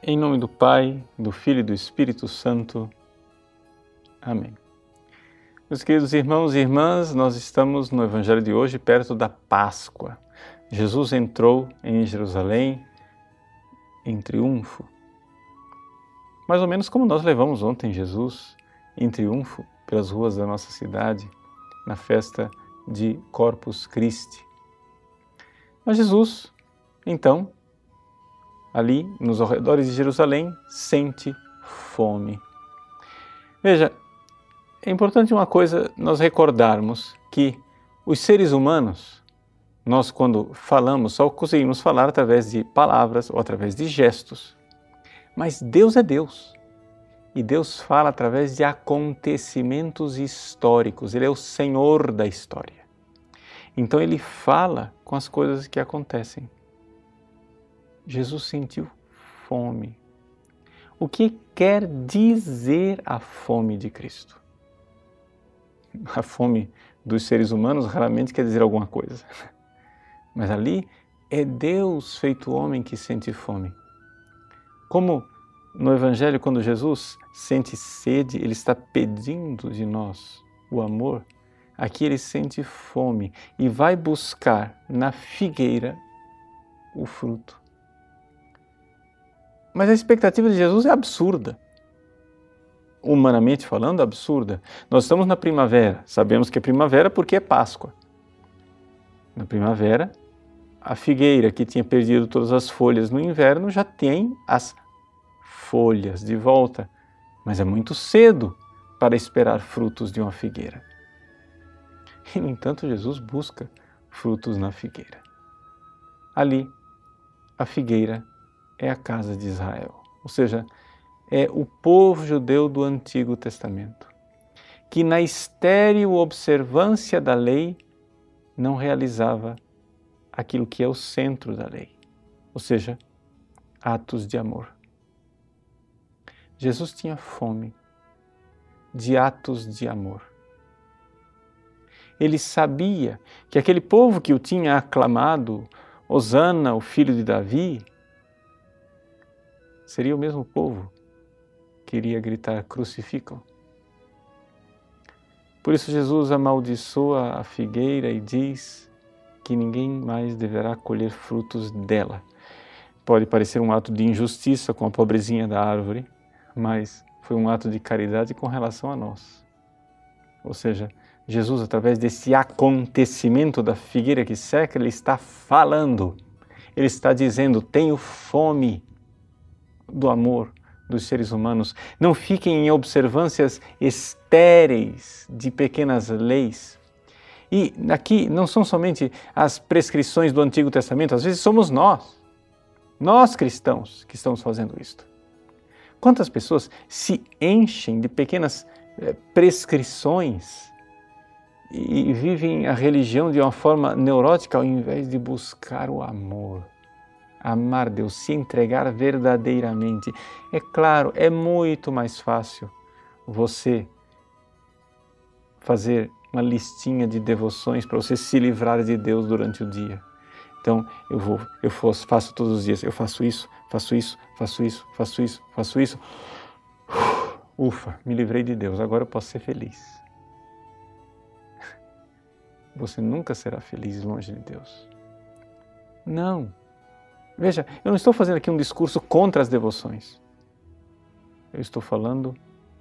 Em nome do Pai, do Filho e do Espírito Santo. Amém. Meus queridos irmãos e irmãs, nós estamos no Evangelho de hoje perto da Páscoa. Jesus entrou em Jerusalém em triunfo. Mais ou menos como nós levamos ontem Jesus em triunfo pelas ruas da nossa cidade, na festa de Corpus Christi. Mas Jesus, então, ali nos arredores de Jerusalém, sente fome. Veja, é importante uma coisa nós recordarmos, que os seres humanos, nós quando falamos, só conseguimos falar através de palavras ou através de gestos. Mas Deus é Deus. E Deus fala através de acontecimentos históricos. Ele é o Senhor da história. Então Ele fala com as coisas que acontecem. Jesus sentiu fome. O que quer dizer a fome de Cristo? A fome dos seres humanos raramente quer dizer alguma coisa. Mas ali é Deus feito homem que sente fome. Como no Evangelho, quando Jesus sente sede, Ele está pedindo de nós o amor. Aqui Ele sente fome e vai buscar na figueira o fruto. Mas a expectativa de Jesus é absurda. Humanamente falando, absurda. Nós estamos na primavera, sabemos que é primavera porque é Páscoa. Na primavera, a figueira que tinha perdido todas as folhas no inverno já tem as folhas de volta, mas é muito cedo para esperar frutos de uma figueira. E, no entanto, Jesus busca frutos na figueira. Ali, a figueira é a casa de Israel, ou seja, é o povo judeu do Antigo Testamento, que na estéril observância da lei não realizava aquilo que é o centro da lei, ou seja, atos de amor. Jesus tinha fome de atos de amor. Ele sabia que aquele povo que o tinha aclamado, Hosana, o filho de Davi, seria o mesmo povo que iria gritar, crucificam. Por isso Jesus amaldiçoa a figueira e diz que ninguém mais deverá colher frutos dela. Pode parecer um ato de injustiça com a pobrezinha da árvore, mas foi um ato de caridade com relação a nós. Ou seja, Jesus, através desse acontecimento da figueira que seca, Ele está falando, Ele está dizendo, tenho fome do amor dos seres humanos. Não fiquem em observâncias estéreis de pequenas leis. E aqui não são somente as prescrições do Antigo Testamento, às vezes somos nós cristãos que estamos fazendo isto. Quantas pessoas se enchem de pequenas prescrições e vivem a religião de uma forma neurótica ao invés de buscar o amor. Amar Deus, se entregar verdadeiramente. É claro, é muito mais fácil você fazer uma listinha de devoções para você se livrar de Deus durante o dia. Então, eu faço todos os dias, eu faço isso, faço isso, faço isso, faço isso, faço isso. Ufa, me livrei de Deus, agora eu posso ser feliz. Você nunca será feliz longe de Deus. Não. Veja, eu não estou fazendo aqui um discurso contra as devoções. Eu estou falando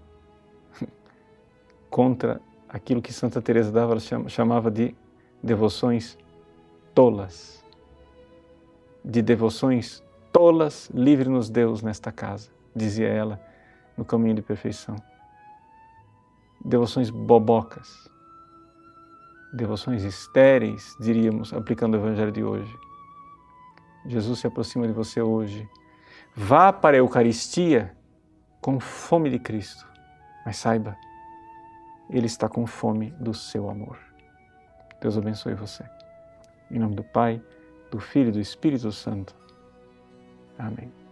contra aquilo que Santa Teresa d'Ávila chamava de devoções tolas. De devoções tolas, livre-nos Deus nesta casa, dizia ela no caminho de perfeição. Devoções bobocas. Devoções estéreis, diríamos, aplicando o Evangelho de hoje. Jesus se aproxima de você hoje. Vá para a Eucaristia com fome de Cristo, mas saiba, Ele está com fome do seu amor. Deus abençoe você. Em nome do Pai, do Filho e do Espírito Santo. Amém.